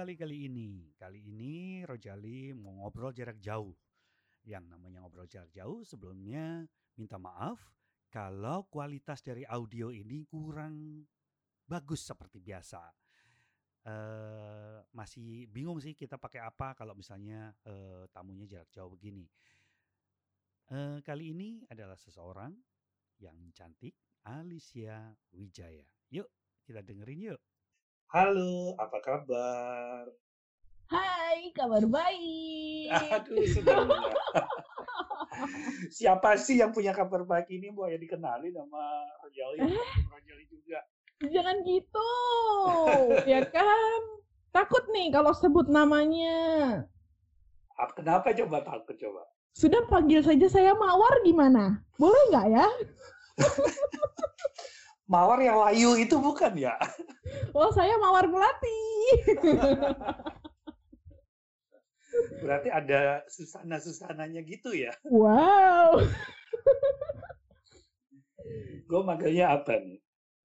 Rojali kali ini. Kali ini Rojali mau ngobrol jarak jauh. Yang namanya ngobrol jarak jauh sebelumnya minta maaf kalau kualitas dari audio ini kurang bagus seperti biasa. Masih bingung sih kita pakai apa kalau misalnya tamunya jarak jauh begini. Kali ini adalah seseorang yang cantik, Alicia Wijaya. Yuk kita dengerin yuk. Halo, apa kabar? Hai, kabar baik. Aduh, senang ya. Siapa sih yang punya kabar baik ini? Mau ya dikenalin sama Rojali, Rojali juga. Jangan gitu, ya kan? Takut nih kalau sebut namanya. Kenapa coba takut coba? Sudah panggil saja saya Mawar gimana? Boleh nggak ya? Mawar yang layu itu bukan ya? Oh, saya Mawar Melati. Berarti ada susana-susananya gitu ya? Wow. Gue manggilnya apa nih?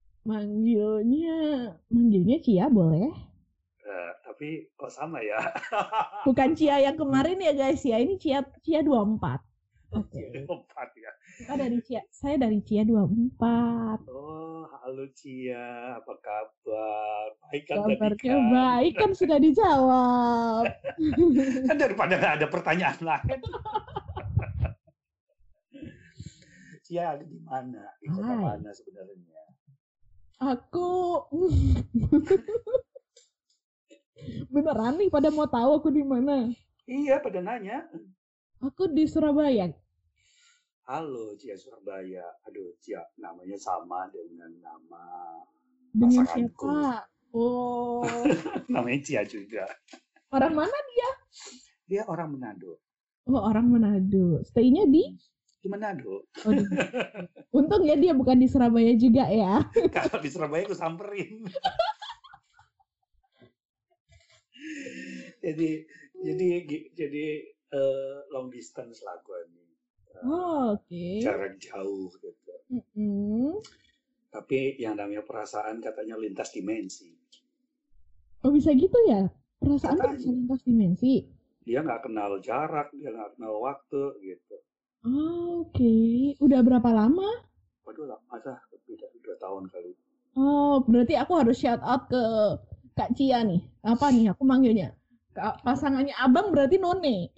Manggilnya Cia boleh? Tapi kok sama ya? Bukan Cia yang kemarin ya guys ya, ini Cia 24. Oke. 24 ya. Saya dari Cia 24. Oh, halo Cia, apa kabar? Baik kan tadi Kabarnya kan? baik kan sudah dijawab. Kan daripada nggak ada pertanyaan lain. Cia ada di mana? Di kota mana sebenarnya? Aku beneran nih pada mau tahu aku di mana? Iya, pada nanya. Aku di Surabaya. Halo, Cia Surabaya. Aduh, Cia, namanya sama dengan nama Dengan pasanganku. siapa? Oh. Namanya Cia juga. Orang mana dia? Dia orang Manado. Oh, orang Manado. Stay-nya di Manado. Oh, untung ya dia bukan di Surabaya juga ya. Kalau di Surabaya aku samperin. jadi long distance lah gue nih. Oke. Jarak jauh gitu. Tapi yang namanya perasaan katanya lintas dimensi. Oh, bisa gitu ya? Perasaan tuh bisa lintas dimensi. Dia nggak kenal jarak, dia nggak kenal waktu gitu. Oke. Udah berapa lama? Waduh, masa lebih dari 2 tahun kali. Oh, berarti aku harus shout out ke Kak Cia nih. Apa nih aku manggilnya? Pasangannya abang berarti None.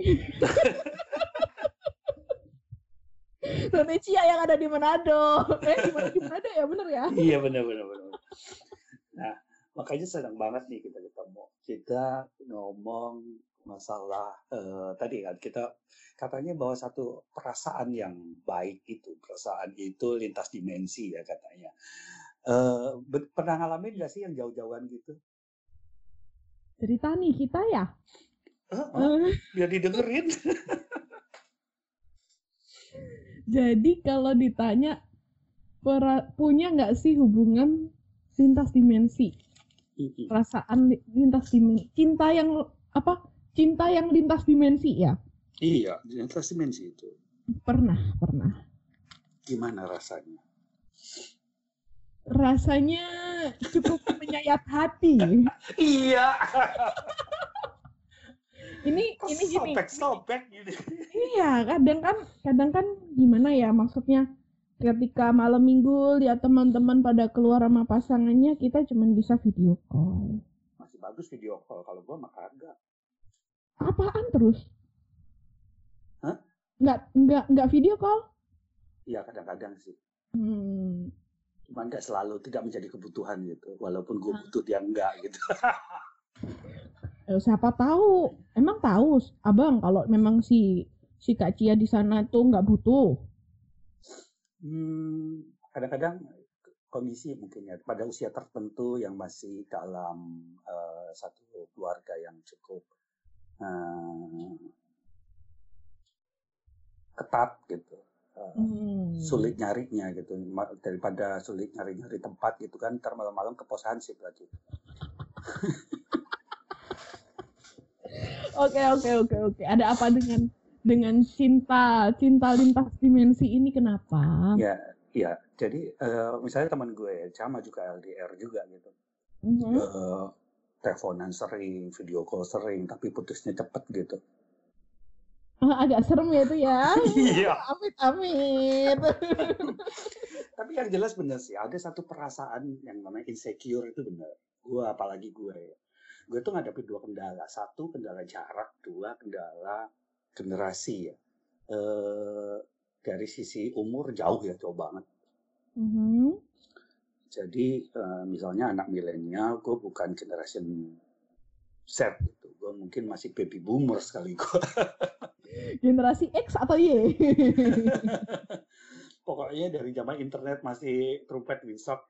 None Cia yang ada di Manado. Di Manado ya, bener ya? Iya, benar. Nah, makanya senang banget nih kita ketemu. Kita ngomong masalah tadi kan kita katanya bahwa satu perasaan yang baik itu, perasaan itu lintas dimensi ya katanya. Pernah ngalamin nggak sih yang jauh-jauhan gitu? Cerita nih kita ya? Biar didengerin. Jadi kalau ditanya punya nggak sih hubungan lintas dimensi? Perasaan lintas dimensi, cinta yang lintas dimensi ya? Iya, lintas dimensi itu. Pernah. Gimana rasanya? Rasanya cukup menyayat hati. Iya. Ini gini. Sobek gitu. Iya, kadang kan gimana ya, maksudnya ketika malam minggu lihat teman-teman pada keluar sama pasangannya, kita cuma bisa video call. Masih bagus video call, kalau gua mah kagak. Apaan terus? Hah? Nggak video call? Iya, kadang-kadang sih. Cuma nggak selalu, tidak menjadi kebutuhan gitu. Walaupun gue butuh dia enggak gitu. Siapa tahu? Emang tahu, abang kalau memang si Kak Cia di sana tuh nggak butuh? Kadang-kadang kondisi mungkin ya pada usia tertentu yang masih dalam satu keluarga yang cukup ketat gitu. Sulit nyarinya gitu, daripada sulit nyari tempat gitu kan, ntar malam-malam keposansip lagi. Oke. Ada apa dengan cinta lintas dimensi ini, kenapa? Ya. Jadi misalnya teman gue sama juga LDR juga gitu. teleponan sering, video call sering, tapi putusnya cepet gitu. Agak serem ya itu ya. Iya. Amit-amit. Tapi yang jelas bener sih, ada satu perasaan yang namanya insecure itu bener. Apalagi gue ya. Gue tuh ngadepin 2 kendala. 1, kendala jarak. 2, kendala generasi ya. Dari sisi umur jauh banget. Jadi misalnya anak milenial, gue bukan generation Z gitu. Gue mungkin masih baby boomer sekali gue. Generasi X atau Y? Pokoknya dari zaman internet masih trumpet winsok.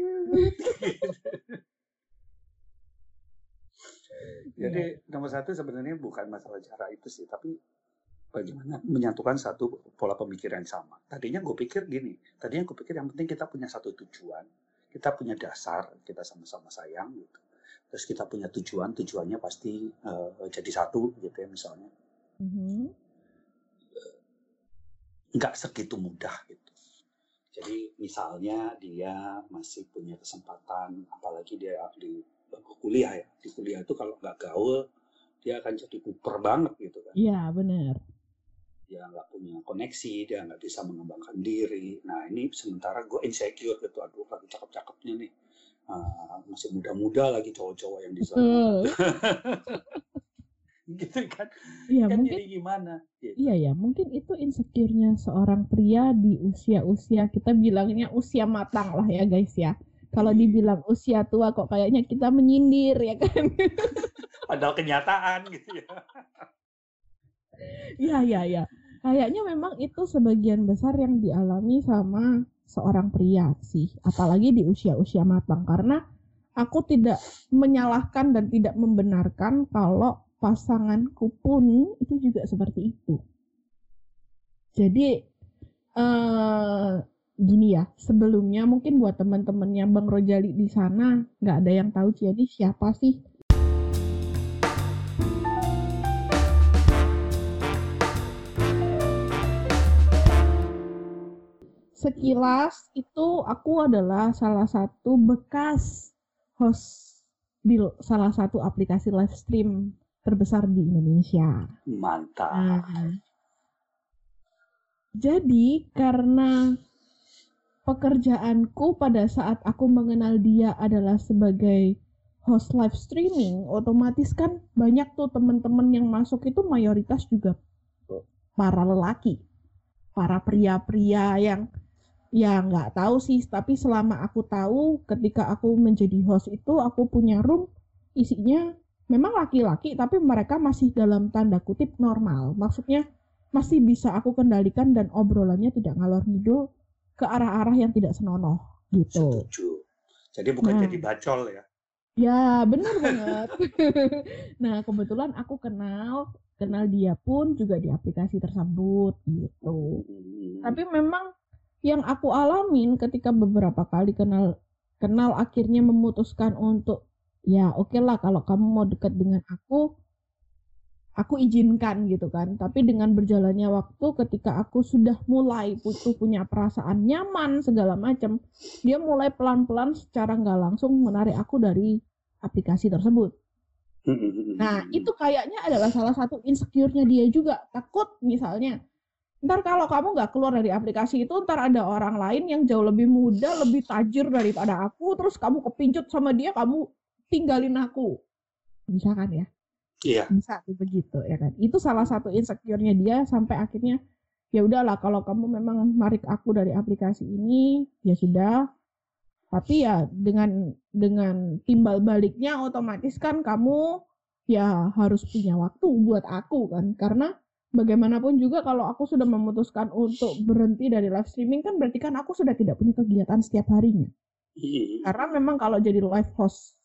Jadi nomor 1 sebenarnya bukan masalah cara itu sih, tapi bagaimana menyatukan satu pola pemikiran yang sama. Tadinya gue pikir yang penting kita punya satu tujuan, kita punya dasar, kita sama-sama sayang gitu. Terus kita punya tujuannya pasti jadi satu gitu ya misalnya. Nggak segitu mudah gitu. Jadi misalnya dia masih punya kesempatan, apalagi dia di bangku kuliah ya. Di kuliah itu kalau nggak gaul, dia akan jadi kuper banget gitu kan. Iya, benar. Dia nggak punya koneksi, dia nggak bisa mengembangkan diri. Nah ini sementara gue insecure gitu, aduh lagi cakep-cakepnya nih. Masih muda-muda lagi cowok-cowok yang di sana. Gitu kan. Iya, kan mungkin jadi gimana gitu. Iya ya, mungkin itu insecure-nya seorang pria di usia-usia, kita bilangnya usia matang lah ya guys ya. Kalau dibilang usia tua kok kayaknya kita menyindir ya kan. Padahal kenyataan gitu ya. Iya. Kayaknya memang itu sebagian besar yang dialami sama seorang pria sih, apalagi di usia-usia matang. Karena aku tidak menyalahkan dan tidak membenarkan kalau pasanganku pun itu juga seperti itu. Jadi gini ya, sebelumnya mungkin buat teman-temannya Bang Rojali di sana nggak ada yang tahu jadi siapa sih. Sekilas itu aku adalah salah satu bekas host di salah satu aplikasi live stream terbesar di Indonesia. Mantap. Jadi karena pekerjaanku pada saat aku mengenal dia adalah sebagai host live streaming, otomatis kan banyak tuh teman-teman yang masuk itu mayoritas juga para lelaki, para pria-pria yang ya nggak tahu sih, tapi selama aku tahu ketika aku menjadi host itu aku punya room isinya memang laki-laki, tapi mereka masih dalam tanda kutip normal. Maksudnya masih bisa aku kendalikan dan obrolannya tidak ngalor ngidul ke arah-arah yang tidak senonoh gitu. Setuju. Jadi bukan jadi bacol ya. Ya, benar banget. Nah, kebetulan aku kenal dia pun juga di aplikasi tersebut gitu. Tapi memang yang aku alamin ketika beberapa kali kenal akhirnya memutuskan untuk ya oke lah kalau kamu mau dekat dengan aku izinkan gitu kan. Tapi dengan berjalannya waktu ketika aku sudah mulai punya perasaan nyaman segala macam, dia mulai pelan-pelan secara nggak langsung menarik aku dari aplikasi tersebut. Nah itu kayaknya adalah salah satu insecure-nya dia juga. Takut misalnya ntar kalau kamu nggak keluar dari aplikasi itu, ntar ada orang lain yang jauh lebih muda, lebih tajir daripada aku, terus kamu kepincut sama dia, kamu tinggalin aku. Bisa kan ya? Iya. Bisa begitu ya kan. Itu salah satu insecure-nya dia sampai akhirnya ya udahlah kalau kamu memang narik aku dari aplikasi ini, ya sudah. Tapi ya dengan timbal baliknya otomatis kan kamu ya harus punya waktu buat aku kan. Karena bagaimanapun juga kalau aku sudah memutuskan untuk berhenti dari live streaming kan berarti kan aku sudah tidak punya kegiatan setiap harinya. Karena memang kalau jadi host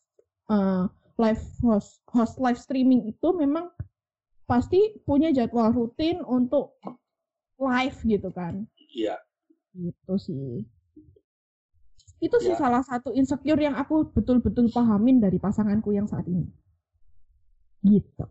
live streaming itu memang pasti punya jadwal rutin untuk live gitu kan. Iya. Gitu sih. Itu sih salah satu insecure yang aku betul-betul pahamin dari pasanganku yang saat ini. Gitu.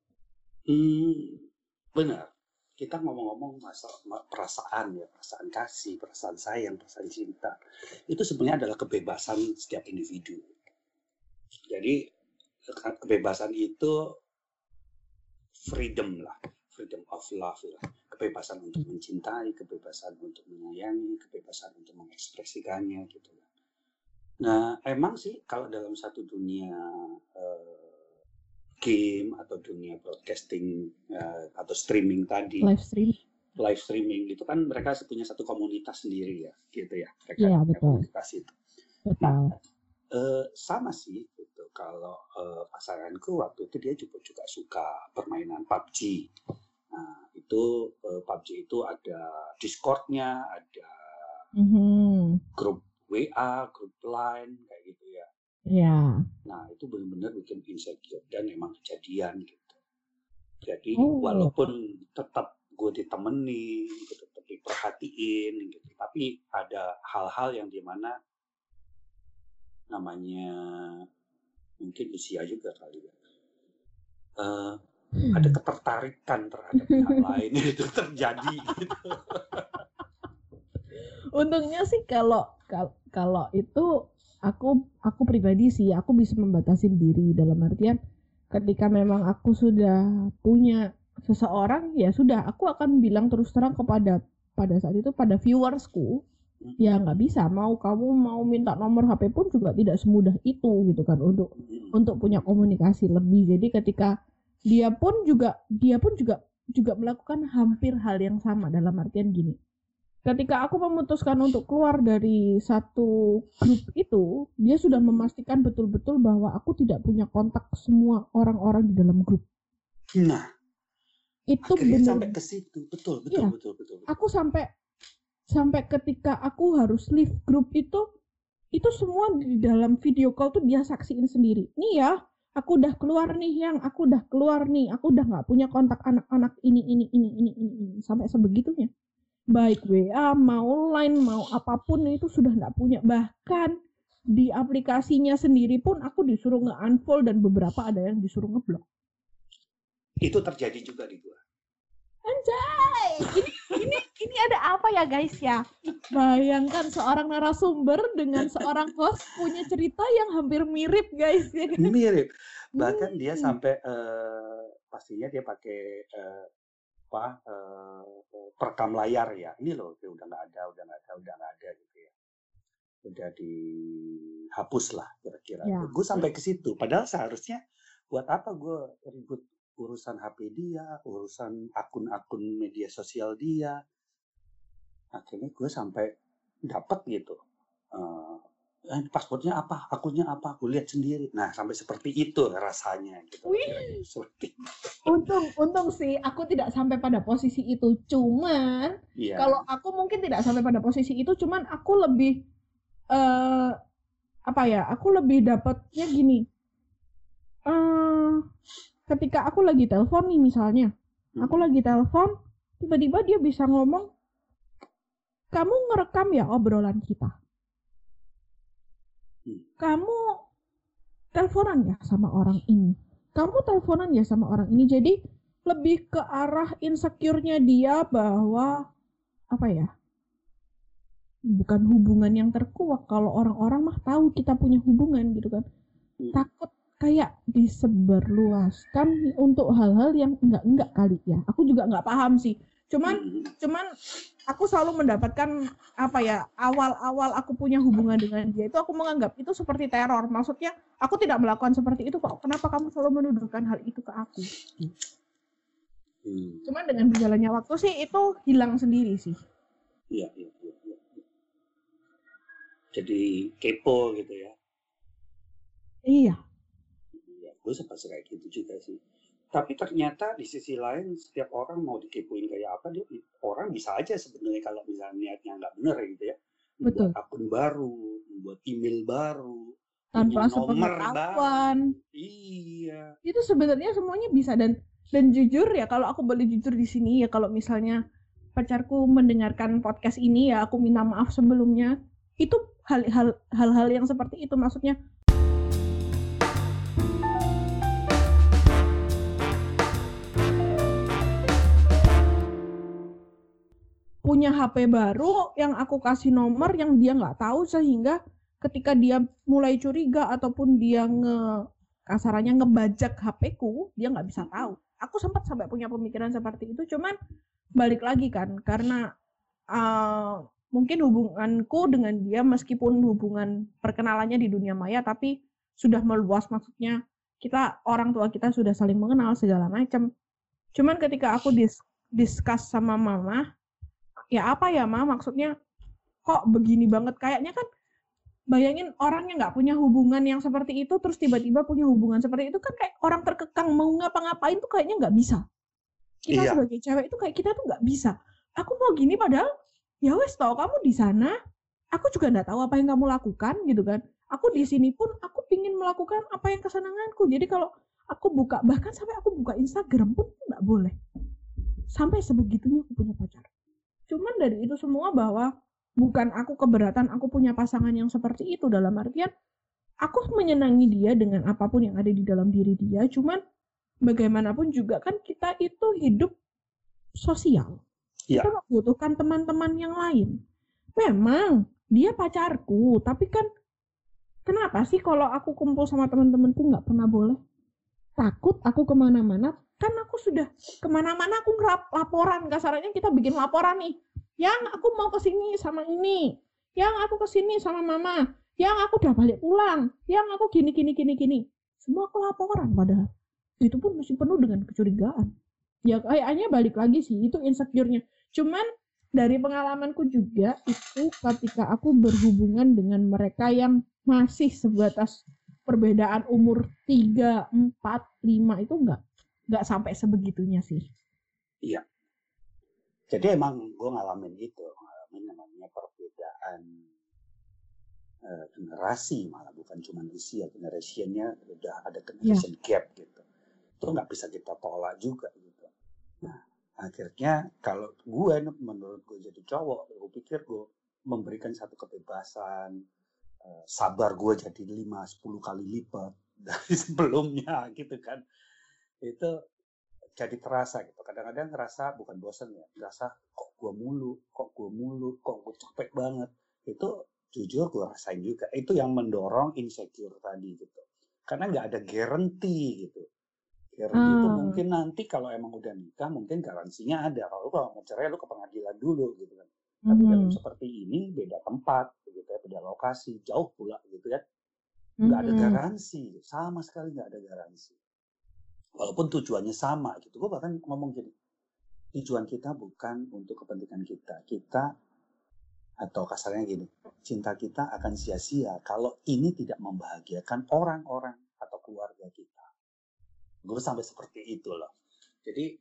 Benar. Kita ngomong-ngomong masalah perasaan ya, perasaan kasih, perasaan sayang, perasaan cinta. Itu sebenarnya adalah kebebasan setiap individu. Jadi kebebasan itu freedom lah, freedom of love lah, kebebasan untuk mencintai, kebebasan untuk menyayangi, kebebasan untuk mengekspresikannya gitu. Nah, emang sih kalau dalam satu dunia game atau dunia broadcasting atau streaming tadi, live streaming gitu kan, mereka punya satu komunitas sendiri ya, gitu ya, mereka punya komunitas itu. Nah, sama sih gitu. Kalau pasanganku waktu itu dia juga suka permainan PUBG. Nah, itu PUBG itu ada Discord-nya, ada grup WA, grup Line kayak gitu ya. Iya. Nah, itu benar-benar bikin insecure dan emang kejadian gitu. Jadi walaupun tetap gue ditemenin, tetap diperhatiin gitu, tapi ada hal-hal yang dimana namanya mungkin usia juga kali ya. Ada ketertarikan terhadap pihak lain itu terjadi gitu. Untungnya sih kalau itu aku pribadi sih aku bisa membatasin diri, dalam artian ketika memang aku sudah punya seseorang ya sudah aku akan bilang terus terang pada saat itu pada viewersku ya nggak bisa, kamu mau minta nomor HP pun juga tidak semudah itu gitu kan untuk punya komunikasi lebih. Jadi ketika dia pun juga melakukan hampir hal yang sama, dalam artian gini. Ketika aku memutuskan untuk keluar dari satu grup itu, dia sudah memastikan betul-betul bahwa aku tidak punya kontak semua orang-orang di dalam grup. Nah, itu benar. Sampai ke situ, betul. Aku sampai ketika aku harus leave grup itu semua di dalam video call tuh dia saksiin sendiri. Nih ya, aku udah keluar nih, aku udah nggak punya kontak anak-anak ini, sampai sebegitunya. Baik WA, mau Line, mau apapun itu sudah nggak punya. Bahkan di aplikasinya sendiri pun aku disuruh nge-unfollow dan beberapa ada yang disuruh ngeblok. Itu terjadi juga di gua. Anjay, ini ada apa ya guys ya? Bayangkan seorang narasumber dengan seorang host punya cerita yang hampir mirip guys. Mirip. Bahkan dia sampai pastinya dia pakai perekam layar ya. Ini loh udah nggak ada gitu ya. Udah dihapus lah kira-kira. Ya. Gue sampai ke situ. Padahal seharusnya buat apa gue ribut urusan HP dia, urusan akun-akun media sosial dia. Akhirnya gue sampai dapat gitu. Passwordnya apa, akunnya apa, aku lihat sendiri. Nah, sampai seperti itu rasanya gitu. Untung sih aku tidak sampai pada posisi itu. Cuman kalau aku mungkin tidak sampai pada posisi itu, cuman aku lebih aku lebih dapatnya gini. Ketika aku lagi telepon nih misalnya, aku lagi telepon, tiba-tiba dia bisa ngomong, kamu ngerekam ya obrolan kita? Kamu teleponan ya sama orang ini? Jadi lebih ke arah insecure-nya dia bahwa bukan hubungan yang terkuak. Kalau orang-orang mah tahu kita punya hubungan gitu kan. Takut kayak disebarluaskan untuk hal-hal yang enggak kali ya. Aku juga enggak paham sih. Cuman aku selalu mendapatkan awal-awal aku punya hubungan dengan dia itu aku menganggap itu seperti teror. Maksudnya aku tidak melakukan seperti itu kok. Kenapa kamu selalu menuduhkan hal itu ke aku? Cuman dengan berjalannya waktu sih itu hilang sendiri sih. Iya. Jadi kepo gitu ya. Iya. Gue sempat kayak gitu juga sih. Tapi ternyata di sisi lain setiap orang mau dikepoin kayak apa, orang bisa aja sebenarnya kalau misalnya niatnya nggak bener gitu ya. Membuat akun baru, membuat email baru, tanpa sepengetahuan. Iya. Itu sebenarnya semuanya bisa dan jujur ya, kalau aku boleh jujur di sini ya, kalau misalnya pacarku mendengarkan podcast ini ya aku minta maaf sebelumnya. Itu hal-hal yang seperti itu, maksudnya punya HP baru yang aku kasih nomor yang dia nggak tahu, sehingga ketika dia mulai curiga ataupun dia kasarannya ngebajak HP-ku, dia nggak bisa tahu. Aku sempat sampai punya pemikiran seperti itu, cuman balik lagi kan, karena mungkin hubunganku dengan dia meskipun hubungan perkenalannya di dunia maya, tapi sudah meluas, maksudnya kita orang tua kita sudah saling mengenal segala macam. Cuman ketika aku discuss sama mama, ya apa ya ma, maksudnya kok begini banget, kayaknya kan bayangin orang yang nggak punya hubungan yang seperti itu terus tiba-tiba punya hubungan seperti itu kan kayak orang terkekang mau ngapa-ngapain tuh kayaknya nggak bisa. Kita sebagai cewek itu kayak kita tuh nggak bisa. Aku mau gini padahal ya wes tau kamu di sana, aku juga nggak tahu apa yang kamu lakukan gitu kan. Aku di sini pun aku pingin melakukan apa yang kesenanganku. Jadi kalau aku buka, bahkan sampai aku buka Instagram pun nggak boleh. Sampai sebegitunya aku punya pacar. Cuman dari itu semua bahwa bukan aku keberatan aku punya pasangan yang seperti itu, dalam artian aku menyenangi dia dengan apapun yang ada di dalam diri dia, cuman bagaimanapun juga kan kita itu hidup sosial. Kita membutuhkan teman-teman yang lain. Memang dia pacarku, tapi kan kenapa sih kalau aku kumpul sama teman-temanku nggak pernah boleh? Takut aku kemana-mana, kan aku sudah kemana-mana aku laporan, kasarannya kita bikin laporan nih. Yang aku mau kesini sama ini, yang aku kesini sama mama, yang aku udah balik pulang, yang aku gini. Semua aku laporan padahal. Itu pun masih penuh dengan kecurigaan. Ya kayaknya balik lagi sih, itu insecure-nya. Cuman dari pengalamanku juga itu ketika aku berhubungan dengan mereka yang masih sebatas perbedaan umur 3, 4, 5 itu enggak sampai sebegitunya sih. Iya. Jadi emang gue ngalamin namanya perbedaan generasi, malah bukan cuma usia, generasinya udah ada generation gap gitu. Itu nggak bisa kita tolak juga gitu. Nah akhirnya kalau gue, menurut gue jadi cowok, gue pikir gue memberikan satu kebebasan, sabar gue jadi 5-10 kali lipat dari sebelumnya gitu kan. Itu jadi terasa gitu. Kadang-kadang ngerasa bukan bosan ya, ngerasa kok gue mulu, kok gue capek banget. Itu jujur gue rasain juga. Itu yang mendorong insecure tadi gitu. Karena nggak ada guarantee gitu. Guarantee itu mungkin nanti kalau emang udah nikah mungkin garansinya ada. Kalau mau cerai lu ke pengadilan dulu gitu kan. Tapi dalam seperti ini beda tempat gitu ya, beda lokasi, jauh pula gitu kan. Nggak ada garansi, sama sekali nggak ada garansi. Walaupun tujuannya sama gitu. Gue bahkan ngomong gini, tujuan kita bukan untuk kepentingan kita atau kasarnya gini, cinta kita akan sia-sia kalau ini tidak membahagiakan orang-orang atau keluarga kita. Gue sampai seperti itu loh. Jadi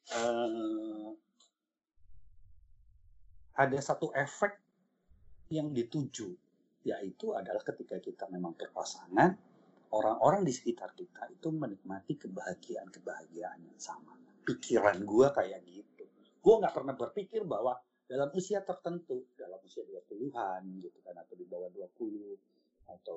ada satu efek yang dituju, yaitu adalah ketika kita memang berpasangan, orang-orang di sekitar kita itu menikmati kebahagiaan yang sama. Pikiran gue kayak gitu. Gue nggak pernah berpikir bahwa dalam usia tertentu, dalam usia 20-an gitu kan, atau di bawah 20, atau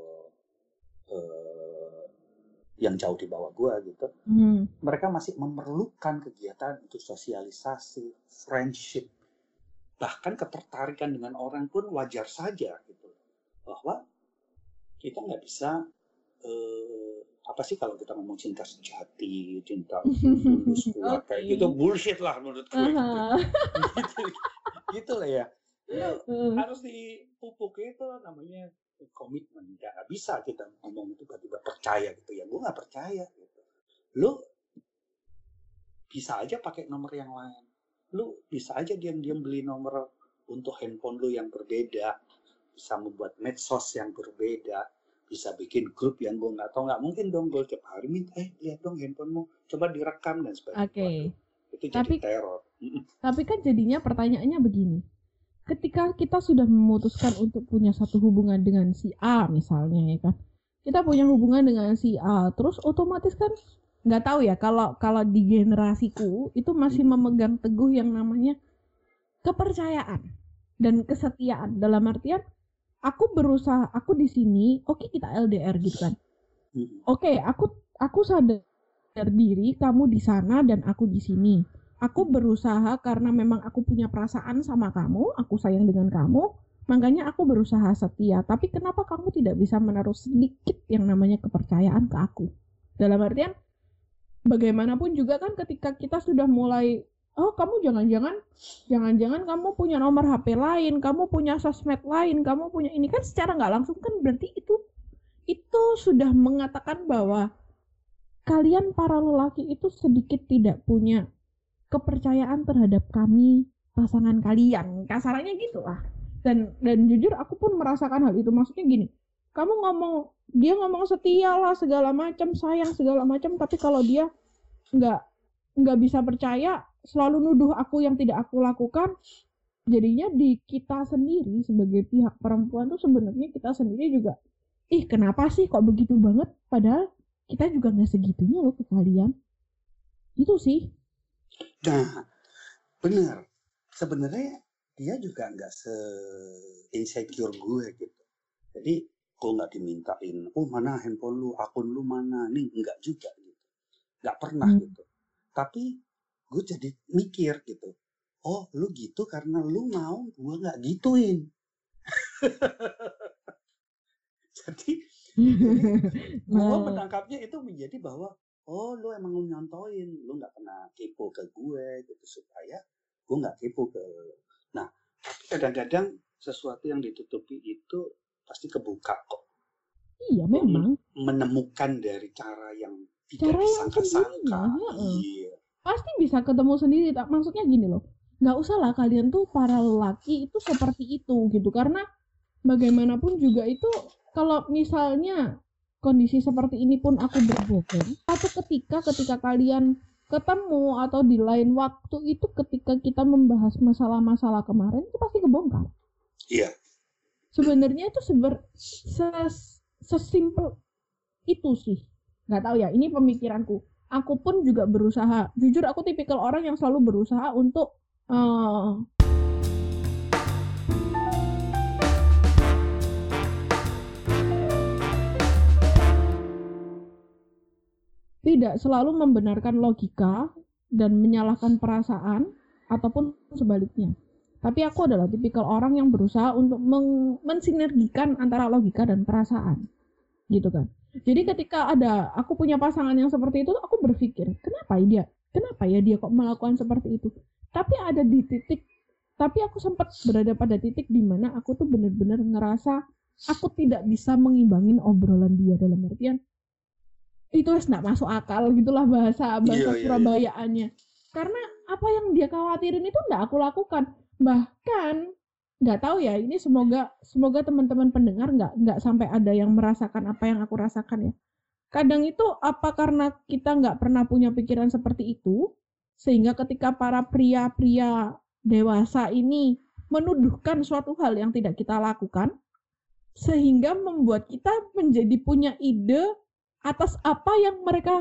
yang jauh di bawah gue gitu, mereka masih memerlukan kegiatan untuk sosialisasi, friendship, bahkan ketertarikan dengan orang pun wajar saja gitu. Bahwa kita nggak bisa apa sih kalau kita ngomong cinta sejati, cinta tulus kuat kayak gitu, bullshit lah menurut gue gitu lah ya. Harus dipupuk, itu namanya komitmen. Nggak bisa kita ngomong itu tiba-tiba percaya gitu ya. Gue nggak percaya gitu. Lu bisa aja pakai nomor yang lain. Lu bisa aja diam-diam beli nomor untuk handphone lu yang berbeda, bisa membuat medsos yang berbeda, bisa bikin grup yang gue nggak tahu. Nggak mungkin dong gue tiap hari minta lihat dong handphonemu, coba direkam dan sebagainya. Okay. Itu jadi teror. Tapi kan jadinya pertanyaannya begini, ketika kita sudah memutuskan untuk punya satu hubungan dengan si A misalnya ya kan, kita punya hubungan dengan si A, terus otomatis kan nggak tahu ya, kalau di generasiku itu masih memegang teguh yang namanya kepercayaan dan kesetiaan, dalam artian aku berusaha, aku di sini, oke, kita LDR gitu kan. Oke, aku sadar diri kamu di sana dan aku di sini. Aku berusaha karena memang aku punya perasaan sama kamu, aku sayang dengan kamu, makanya aku berusaha setia. Tapi kenapa kamu tidak bisa menaruh sedikit yang namanya kepercayaan ke aku? Dalam artian bagaimanapun juga kan ketika kita sudah mulai, oh kamu jangan-jangan kamu punya nomor HP lain, kamu punya sosmed lain, kamu punya ini, kan secara nggak langsung kan berarti itu sudah mengatakan bahwa kalian para lelaki itu sedikit tidak punya kepercayaan terhadap kami, pasangan kalian, kasarannya gitu lah. Dan jujur aku pun merasakan hal itu. Maksudnya gini, dia ngomong setia lah segala macam, sayang segala macam, tapi kalau dia nggak bisa percaya, selalu nuduh aku yang tidak aku lakukan, jadinya di kita sendiri sebagai pihak perempuan tuh sebenarnya kita sendiri juga, kenapa sih kok begitu banget, padahal kita juga nggak segitunya loh ke kalian. Itu sih. Nah, benar. Sebenarnya dia juga nggak se-insecure gue gitu. Jadi gue nggak dimintain, mana handphone lu, akun lu mana, nih nggak juga gitu. Nggak pernah gitu. Tapi gue jadi mikir gitu, oh lu gitu karena lu mau gue nggak gituin. Jadi gue menangkapnya itu menjadi bahwa oh lu emang nyontoin, lu nggak pernah kepo ke gue gitu, supaya gue nggak kepo ke. Nah, kadang-kadang sesuatu yang ditutupi itu pasti kebuka kok. Iya memang. Menemukan dari cara yang tidak disangka-sangka. Iya. Pasti bisa ketemu sendiri. Maksudnya gini loh, nggak usah lah kalian tuh para lelaki itu seperti itu gitu, karena bagaimanapun juga itu kalau misalnya kondisi seperti ini pun aku berbohong, atau ketika kalian ketemu atau di lain waktu itu ketika kita membahas masalah-masalah kemarin itu pasti kebongkar. Iya. Sebenarnya itu sesimpel itu sih. Nggak tahu ya, ini pemikiranku. Aku pun juga berusaha. Jujur aku tipikal orang yang selalu berusaha untuk tidak selalu membenarkan logika dan menyalahkan perasaan ataupun sebaliknya. Tapi aku adalah tipikal orang yang berusaha untuk mensinergikan antara logika dan perasaan. Gitu kan. Jadi ketika aku punya pasangan yang seperti itu, aku berpikir, kenapa ya dia kok melakukan seperti itu? Tapi aku sempat berada pada titik di mana aku tuh benar-benar ngerasa aku tidak bisa mengimbangin obrolan dia, dalam artian itu nggak masuk akal gitulah bahasa Surabayaannya. Karena apa yang dia khawatirin itu nggak aku lakukan. Bahkan nggak tahu ya, ini semoga teman-teman pendengar nggak sampai ada yang merasakan apa yang aku rasakan ya. Kadang itu apa karena kita nggak pernah punya pikiran seperti itu, sehingga ketika para pria-pria dewasa ini menuduhkan suatu hal yang tidak kita lakukan, sehingga membuat kita menjadi punya ide atas apa yang mereka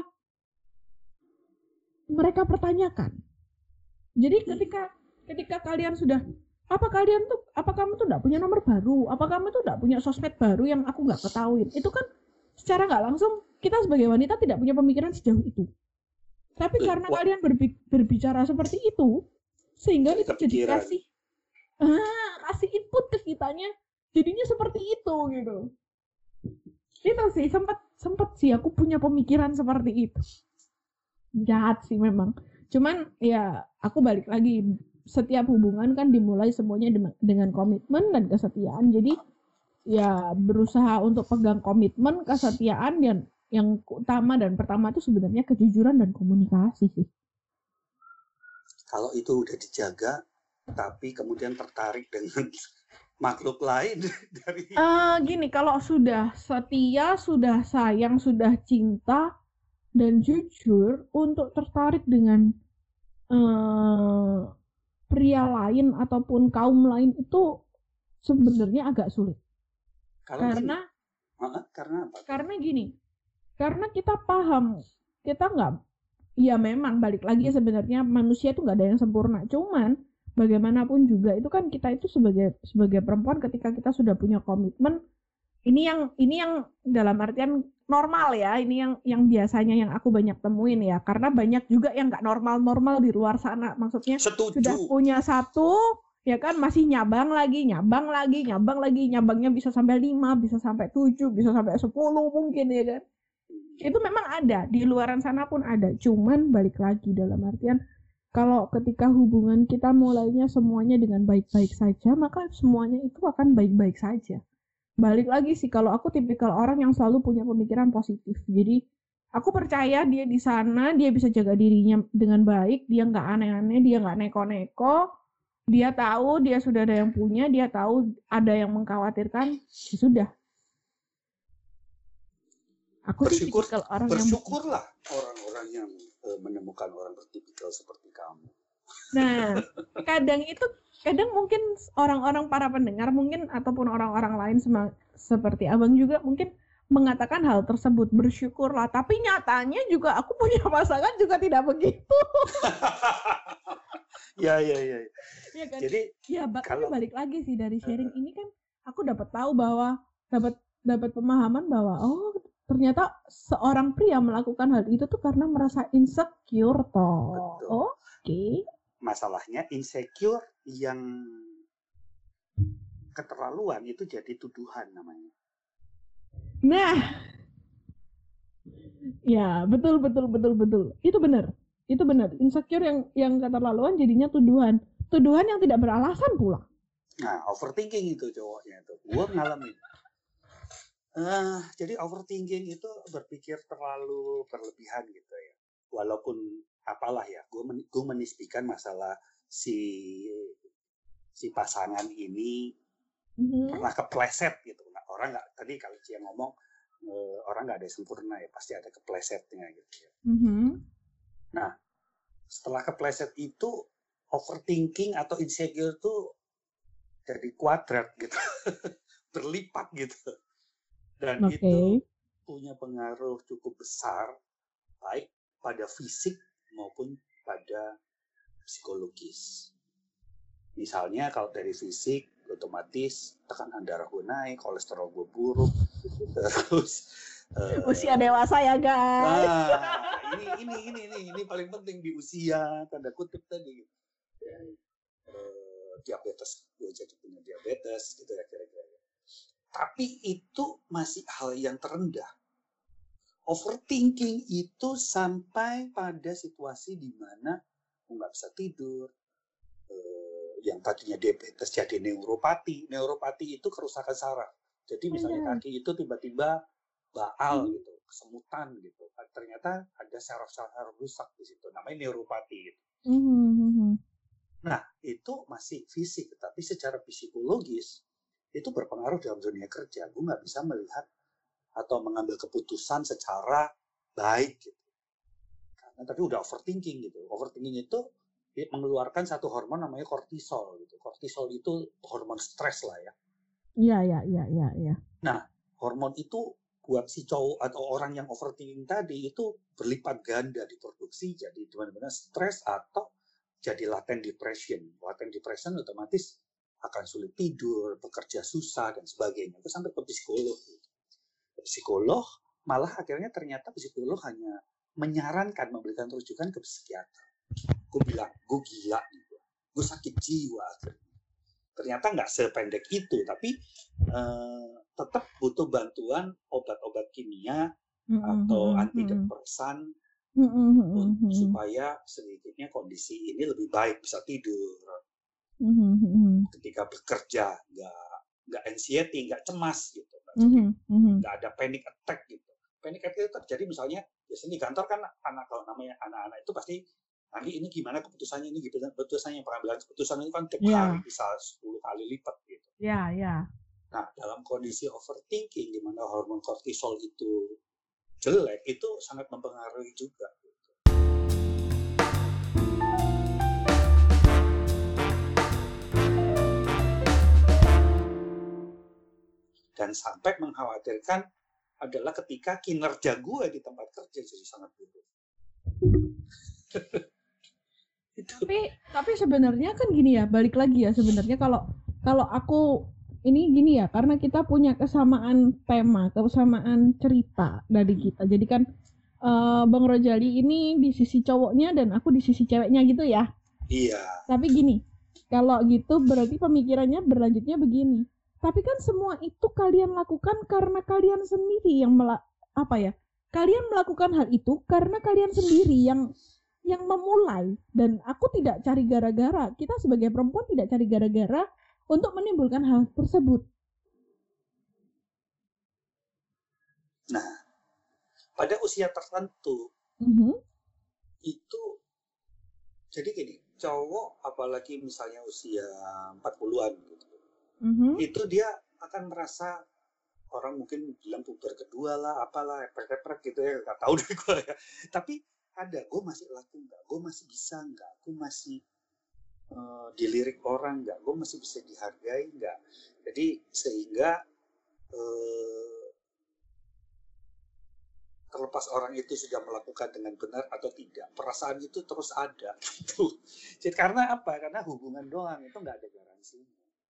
pertanyakan. Jadi ketika kalian sudah, apa kamu tuh enggak punya nomor baru? Apa kamu tuh enggak punya sosmed baru yang aku enggak ketahuin? Itu kan secara enggak langsung kita sebagai wanita tidak punya pemikiran sejauh itu. Tapi karena kalian berbicara seperti itu, sehingga itu jadi kasih input ke kitanya, jadinya seperti itu gitu. Itu sih sempat sih aku punya pemikiran seperti itu. Jahat sih memang. Cuman ya aku balik lagi, setiap hubungan kan dimulai semuanya dengan komitmen dan kesetiaan. Jadi ya berusaha untuk pegang komitmen, kesetiaan, dan yang utama dan pertama itu sebenarnya kejujuran dan komunikasi sih. Kalau itu udah dijaga, tapi kemudian tertarik dengan makhluk lain dari gini, kalau sudah setia, sudah sayang, sudah cinta dan jujur, untuk tertarik dengan pria lain ataupun kaum lain itu sebenarnya agak sulit. Karena apa? Karena gini, karena kita paham, kita nggak, ya memang balik lagi sebenarnya manusia itu nggak ada yang sempurna. Cuman bagaimanapun juga itu kan kita itu sebagai perempuan, ketika kita sudah punya komitmen, ini yang dalam artian normal ya, ini yang biasanya yang aku banyak temuin ya, karena banyak juga yang nggak normal di luar sana. Maksudnya Setuju. Sudah punya satu, ya kan, masih nyabang lagi, nyabangnya bisa sampai 5, bisa sampai 7, bisa sampai 10 mungkin ya kan. Itu memang ada, di luaran sana pun ada. Cuman balik lagi dalam artian kalau ketika hubungan kita mulainya semuanya dengan baik-baik saja, maka semuanya itu akan baik-baik saja. Balik lagi sih, kalau aku tipikal orang yang selalu punya pemikiran positif. Jadi aku percaya dia di sana, dia bisa jaga dirinya dengan baik, dia nggak aneh-aneh, dia nggak neko-neko, dia tahu dia sudah ada yang punya, dia tahu ada yang mengkhawatirkan, ya sudah. Aku sih tipikal orang yang bersyukurlah orang-orang yang menemukan orang bertipikal seperti kamu. Nah, kadang mungkin orang-orang para pendengar mungkin ataupun orang-orang lain seperti abang juga mungkin mengatakan hal tersebut, bersyukurlah. Tapi nyatanya juga aku punya pasangan juga tidak begitu. Ya. Ya kan? Jadi kalau balik lagi sih dari sharing ini kan aku dapat tahu bahwa dapat pemahaman bahwa ternyata seorang pria melakukan hal itu tuh karena merasa insecure toh. Oke. Masalahnya insecure yang keterlaluan itu jadi tuduhan namanya. Nah. Ya, betul. Itu benar. Insecure yang keterlaluan jadinya tuduhan. Tuduhan yang tidak beralasan pula. Nah, overthinking itu cowoknya itu. Gua ngalamin. Jadi overthinking itu berpikir terlalu berlebihan gitu ya. Walaupun apalah ya, gue menisbikan masalah si pasangan ini pernah kepleset gitu. Nah, orang nggak, tadi kalau Cia ngomong orang nggak ada yang sempurna ya, pasti ada keplesetnya gitu ya. Nah, setelah kepleset itu overthinking atau insecure tuh jadi kuadrat gitu, berlipat gitu. Dan itu punya pengaruh cukup besar, baik pada fisik maupun pada psikologis. Misalnya kalau dari fisik, otomatis tekanan darah gue naik, kolesterol gue buruk, terus usia dewasa ya guys. Ini paling penting di usia, tanda kutip tadi. Diabetes, gue jadi punya diabetes gitu ya kira-kira. Tapi itu masih hal yang terendah. Overthinking itu sampai pada situasi di mana nggak bisa tidur. Yang tadinya diabetes jadi neuropati. Neuropati itu kerusakan saraf. Jadi misalnya kaki itu tiba-tiba baal gitu, kesemutan gitu. Ternyata ada saraf-saraf rusak di situ. Namanya neuropati gitu. Nah, itu masih fisik. Tapi secara psikologis, itu berpengaruh dalam dunia kerja. Gue nggak bisa melihat atau mengambil keputusan secara baik gitu. Karena tadi udah overthinking gitu. Overthinking itu mengeluarkan satu hormon namanya kortisol gitu. Kortisol itu hormon stres lah ya. Iya. Nah, hormon itu buat si cowok atau orang yang overthinking tadi itu berlipat ganda diproduksi, jadi benar-benar stres atau jadi latent depression. Latent depression otomatis akan sulit tidur, bekerja susah, dan sebagainya. Itu sampai ke psikolog. Psikolog, malah akhirnya ternyata psikolog hanya menyarankan, memberikan rujukan ke psikiater. Gue bilang, gue gila. Gue sakit jiwa. Ternyata nggak sependek itu, tapi tetap butuh bantuan obat-obat kimia atau antidepresan supaya sedikitnya kondisi ini lebih baik, bisa tidur. Ketika bekerja nggak anxiety, nggak cemas gitu, nggak ada panic attack gitu. Panic attack itu terjadi misalnya biasanya di kantor kan kalau namanya anak-anak itu pasti nanti ini gimana keputusannya, ini gimana keputusannya, pengambilan keputusan itu kan tiap hari bisa 10 kali lipat gitu. Nah, dalam kondisi overthinking di mana hormon kortisol itu jelek, itu sangat mempengaruhi juga. Dan sampai mengkhawatirkan adalah ketika kinerja gue di tempat kerja jadi sangat buruk. Tapi sebenarnya kan gini ya, balik lagi ya sebenarnya kalau aku ini gini ya, karena kita punya kesamaan tema, kesamaan cerita dari kita. Jadi kan Bang Rojali ini di sisi cowoknya dan aku di sisi ceweknya gitu ya. Iya. Tapi gini, kalau gitu berarti pemikirannya berlanjutnya begini. Tapi kan semua itu kalian lakukan karena kalian sendiri yang kalian melakukan hal itu karena kalian sendiri yang memulai, dan aku tidak cari gara-gara. Kita sebagai perempuan tidak cari gara-gara untuk menimbulkan hal tersebut. Nah, pada usia tertentu itu jadi gini, cowok apalagi misalnya usia 40-an gitu. Itu dia akan merasa, orang mungkin bilang puber kedua lah, apalah, epek-epek gitu ya, nggak tahu deh gue ya. Tapi ada, gue masih laku nggak, gue masih bisa nggak, gue masih dilirik orang nggak, gue masih bisa dihargai nggak. Jadi sehingga terlepas orang itu sudah melakukan dengan benar atau tidak, perasaan itu terus ada. Gitu. Jadi karena apa? Karena hubungan doang itu nggak ada garansinya.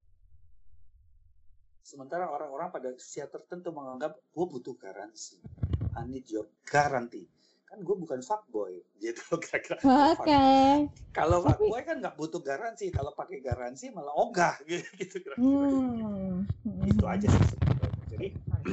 Sementara orang-orang pada usia tertentu menganggap gue butuh garansi. I need your guarantee. Kan gue bukan fuckboy, gitu. Oke. Kalau fuckboy kan nggak butuh garansi. Kalau pakai garansi malah ogah, gitu kira-kira. Itu aja sih sebetulnya. Jadi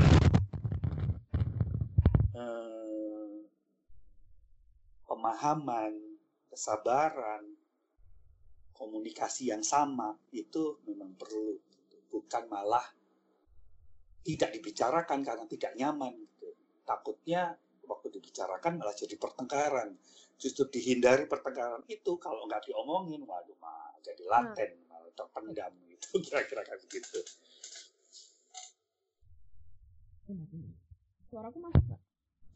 pemahaman, kesabaran, komunikasi yang sama itu memang perlu. Bukan malah tidak dibicarakan karena tidak nyaman gitu. Takutnya waktu dibicarakan malah jadi pertengkaran. Justru dihindari pertengkaran itu, kalau nggak diomongin, waduh mah jadi laten, malah terpendam gitu, kira-kira kayak begitu. Suaraku masuk nggak?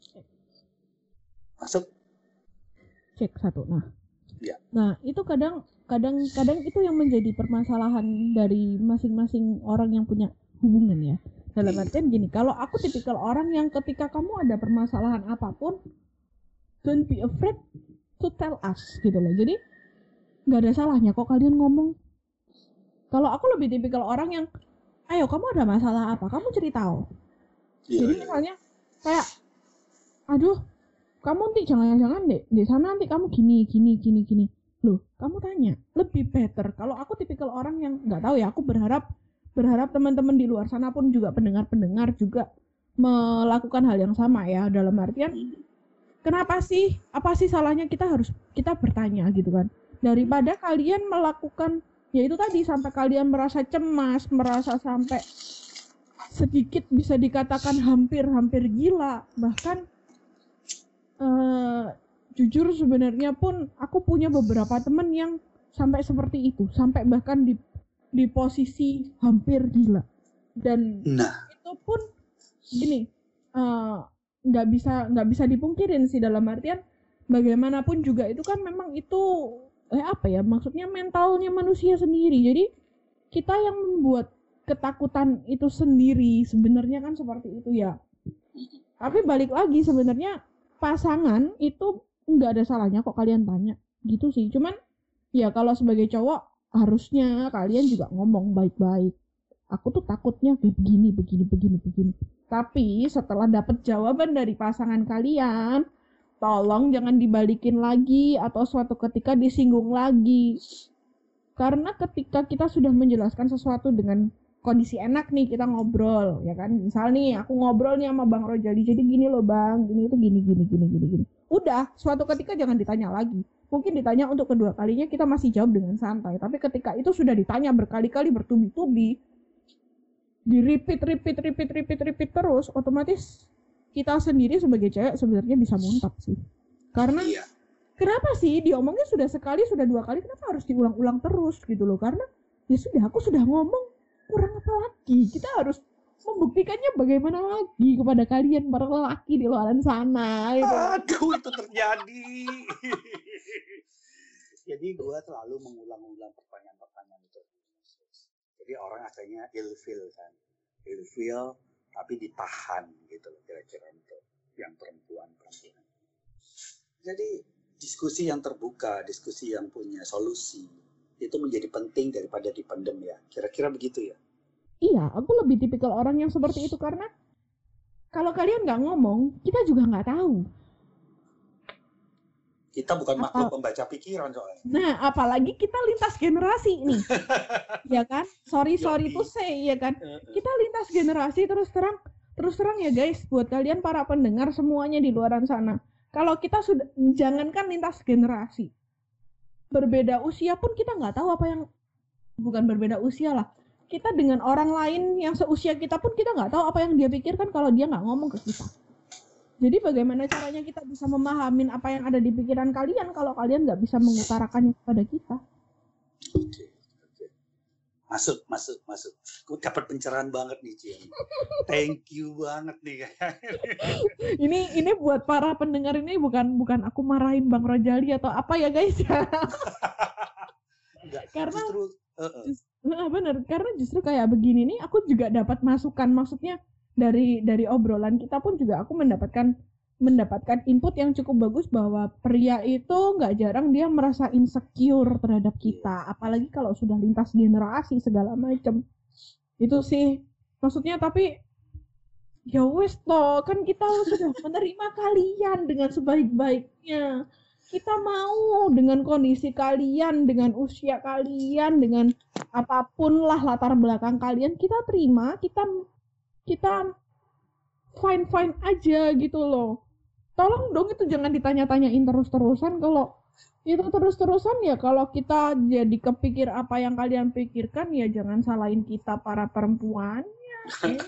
Masuk. Cek 1. Nah. Ya. Nah, itu kadang itu yang menjadi permasalahan dari masing-masing orang yang punya hubungan ya. Dalam artian gini, kalau aku tipikal orang yang ketika kamu ada permasalahan apapun, don't be afraid to tell us gitu loh. Jadi nggak ada salahnya kok kalian ngomong. Kalau aku lebih tipikal orang yang, ayo kamu ada masalah apa, kamu cerita. Jadi misalnya kayak, aduh, kamu nanti jangan-jangan di sana nanti kamu gini. Loh, kamu tanya, lebih better. Kalau aku tipikal orang yang nggak tahu ya, aku berharap teman-teman di luar sana pun juga pendengar juga melakukan hal yang sama ya. Dalam artian, kenapa sih? Apa sih salahnya kita bertanya gitu kan? Daripada kalian melakukan, ya itu tadi, sampai kalian merasa cemas, merasa sampai sedikit bisa dikatakan hampir gila. Bahkan jujur sebenarnya pun aku punya beberapa teman yang sampai seperti itu, sampai bahkan di posisi hampir gila. Dan itu pun gini, nggak bisa dipungkirin sih, dalam artian bagaimanapun juga itu kan memang itu maksudnya mentalnya manusia sendiri. Jadi kita yang membuat ketakutan itu sendiri sebenarnya kan seperti itu ya. Tapi balik lagi, sebenarnya pasangan itu nggak ada salahnya kok kalian tanya gitu sih. Cuman ya kalau sebagai cowok harusnya kalian juga ngomong baik-baik. Aku tuh takutnya begini. Tapi setelah dapet jawaban dari pasangan kalian, tolong jangan dibalikin lagi atau suatu ketika disinggung lagi. Karena ketika kita sudah menjelaskan sesuatu dengan kondisi enak nih, kita ngobrol ya kan. Misal nih aku ngobrol nih sama Bang Rojali, jadi gini loh Bang, gini itu gini. Udah, suatu ketika jangan ditanya lagi. Mungkin ditanya untuk kedua kalinya kita masih jawab dengan santai. Tapi ketika itu sudah ditanya berkali-kali, bertubi-tubi, di repeat terus, otomatis kita sendiri sebagai cewek sebenarnya bisa muntah sih. Karena kenapa sih diomongnya sudah sekali, sudah dua kali, kenapa harus diulang-ulang terus gitu loh? Karena ya sudah, aku sudah ngomong, kurang apa lagi? Kita harus membuktikannya bagaimana lagi kepada kalian para lelaki di luar sana gitu. Aduh, itu terjadi. Jadi gue selalu mengulang-ulang pertanyaan itu. Jadi orang akhirnya ilfeel kan. Ilfeel tapi ditahan gitu loh, kira-kira untuk yang perempuan. Jadi diskusi yang terbuka, diskusi yang punya solusi itu menjadi penting daripada dipendem ya. Kira-kira begitu ya. Iya, aku lebih tipikal orang yang seperti itu karena kalau kalian nggak ngomong, kita juga nggak tahu. Kita bukan makhluk pembaca pikiran soalnya. Nah, apalagi kita lintas generasi nih, ya kan? Sorry to say, ya kan? Kita lintas generasi terus terang, terus terang ya guys, buat kalian para pendengar semuanya di luaran sana, kalau kita sudah, jangankan lintas generasi, berbeda usia pun kita nggak tahu apa yang, bukan berbeda usia lah, kita dengan orang lain yang seusia kita pun kita nggak tahu apa yang dia pikirkan kalau dia nggak ngomong ke kita. Jadi bagaimana caranya kita bisa memahamin apa yang ada di pikiran kalian kalau kalian nggak bisa mengutarakannya kepada kita? Oke. Masuk. Gue dapat pencerahan banget nih, Cian. Thank you banget nih. Ini buat para pendengar ini bukan aku marahin Bang Rojali atau apa ya guys ya. Enggak, Karena justru bener, karena justru kayak begini nih aku juga dapat masukan, maksudnya dari obrolan kita pun juga aku mendapatkan input yang cukup bagus bahwa pria itu nggak jarang dia merasa insecure terhadap kita, apalagi kalau sudah lintas generasi segala macam. Itu sih maksudnya, tapi ya wes toh, kan kita sudah menerima kalian dengan sebaik-baiknya. Kita mau dengan kondisi kalian, dengan usia kalian, dengan apapun lah latar belakang kalian, kita terima, kita fine aja gitu loh. Tolong dong itu jangan ditanya-tanyain terus-terusan. Kalau itu terus-terusan ya, kalau kita jadi kepikir apa yang kalian pikirkan, ya jangan salahin kita para perempuannya.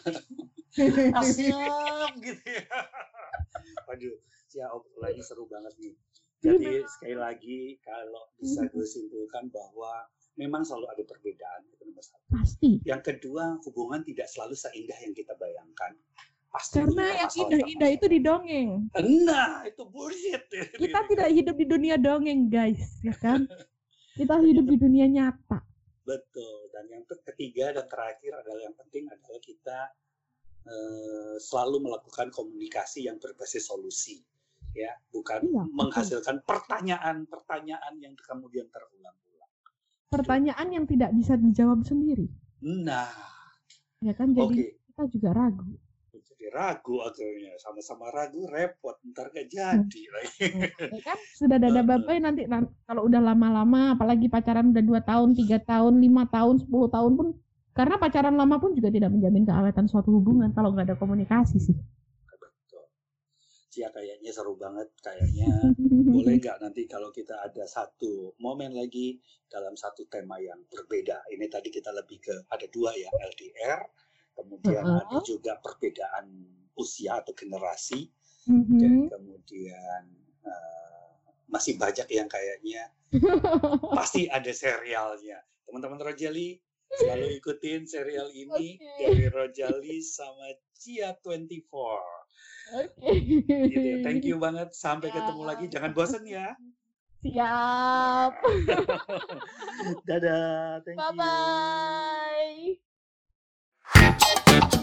Siap gitu ya. Waduh, obrolannya seru banget nih. Jadi sekali lagi kalau bisa gue simpulkan bahwa memang selalu ada perbedaan, itu nomor satu. Pasti. Yang kedua, hubungan tidak selalu seindah yang kita bayangkan. Pasti karena yang indah-indah itu di dongeng. Nah, itu bullshit. Kita tidak hidup di dunia dongeng, guys, ya kan? Kita hidup di dunia nyata. Betul. Dan yang ketiga dan terakhir adalah yang penting adalah kita selalu melakukan komunikasi yang berbasis solusi, ya, bukan menghasilkan pertanyaan-pertanyaan yang kemudian terulang-ulang. Pertanyaan yang tidak bisa dijawab sendiri. Nah, ya kan, jadi kita juga ragu. Jadi ragu akhirnya, sama-sama ragu, repot, ntar gak jadi lagi. Ya kan, sudah ada bapak nanti kalau udah lama-lama, apalagi pacaran udah 2 tahun, 3 tahun, 5 tahun, 10 tahun pun, karena pacaran lama pun juga tidak menjamin keawetan suatu hubungan kalau nggak ada komunikasi sih. Betul. Ya kayaknya seru banget, kayaknya boleh nggak nanti kalau kita ada satu momen lagi dalam satu tema yang berbeda. Ini tadi kita lebih ke, ada 2 ya, LDR, kemudian ada juga perbedaan usia atau generasi, dan kemudian masih banyak yang kayaknya pasti ada serialnya. Teman-teman Rojali selalu ikutin serial ini dari Rojali sama Cia 24. Gitu. Thank you banget, sampai ketemu lagi, jangan bosan ya. Siap. Dadah, thank you. Bye-bye.